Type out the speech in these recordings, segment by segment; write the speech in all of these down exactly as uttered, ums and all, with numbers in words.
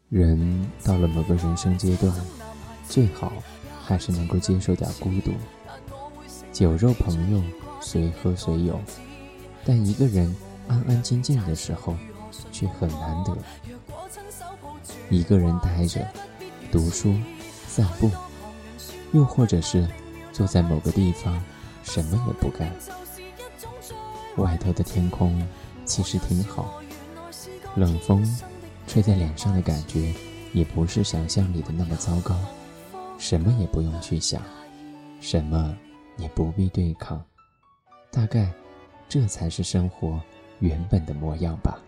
人到了某个人生阶段，最好还是能够接受点孤独。酒肉朋友随喝随有，但一个人安安静静的时候却很难得。一个人呆着读书散步，又或者是坐在某个地方什么也不干。外头的天空其实挺好，冷风吹在脸上的感觉也不是想象里的那么糟糕。什么也不用去想，什么也不必对抗，大概这才是生活原本的模样吧。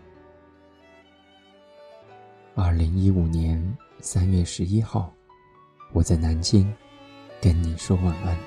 二零一五年三月十一号，我在南京跟你说晚安。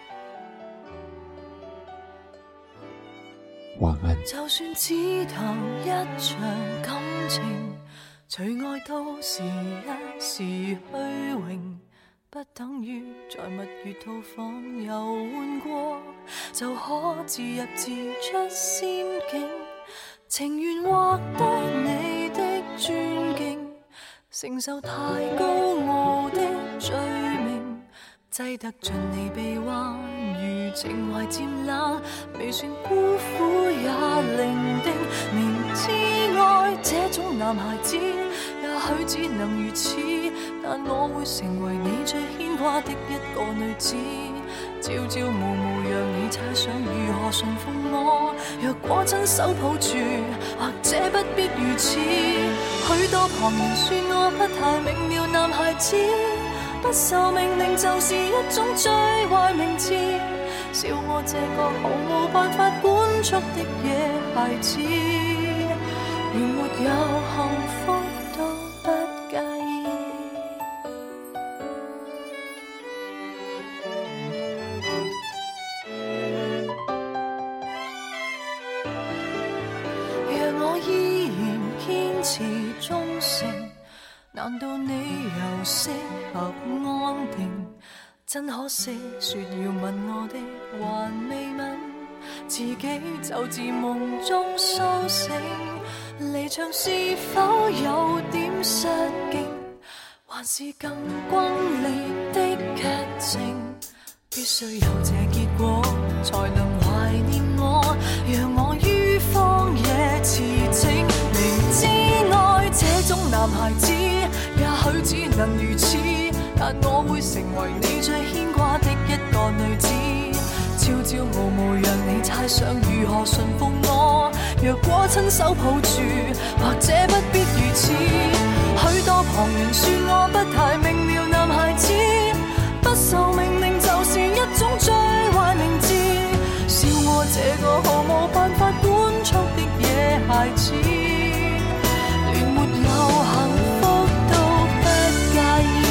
晚安。 就算只談一場感情，除愛都是一時虛榮，不等於在蜜月套房遊玩過就可自入自出仙境，情願獲得你的尊敬，承受太高傲的罪名，擠得進你臂彎，如情懷漸冷，未算孤苦也伶仃。明知愛這種男孩子，也許只能如此，但我會成為你最牽掛的一個女子，朝朝暮暮讓你猜想如何馴服我。若果親手抱住，或者不必如此。許多旁人說我不太明了男孩子，不受命令就是一種最壞名字，笑我這個毫無辦法管束的野孩子，連沒有幸福都不介意。若我依然堅持忠誠，難道你又適合安定？真可惜，說要吻我的還未吻，自己就自夢中蘇醒。離場是否有點失敬，還是更轟烈的劇情？必須有這結果，才能懷念我，讓我於荒野馳騁。明知愛這種男孩子，也許只能如此，但我會成為你最牽掛的一個女子，朝朝暮暮讓你猜想如何馴服我。若果親手抱住，或者不必如此。許多旁人說我不太明了男孩子，不受命令就是一種最壞名字，笑我這個毫無辦法管束的野孩子，連沒有幸福都不介意。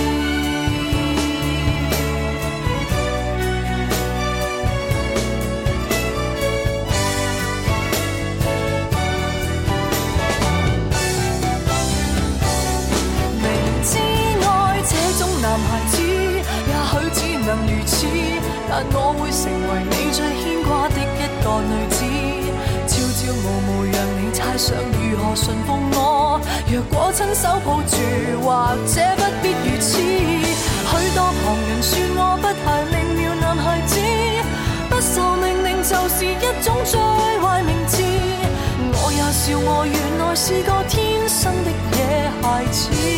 男孩子也許只能如此，但我會成為你最牽掛的一個女子，朝朝暮暮讓你猜想如何馴服我。若果親手抱住，或者不必如此。許多旁人說我不太明了男孩子，不受命令就是一種最壞名字，我也笑我原來是個天生的野孩子。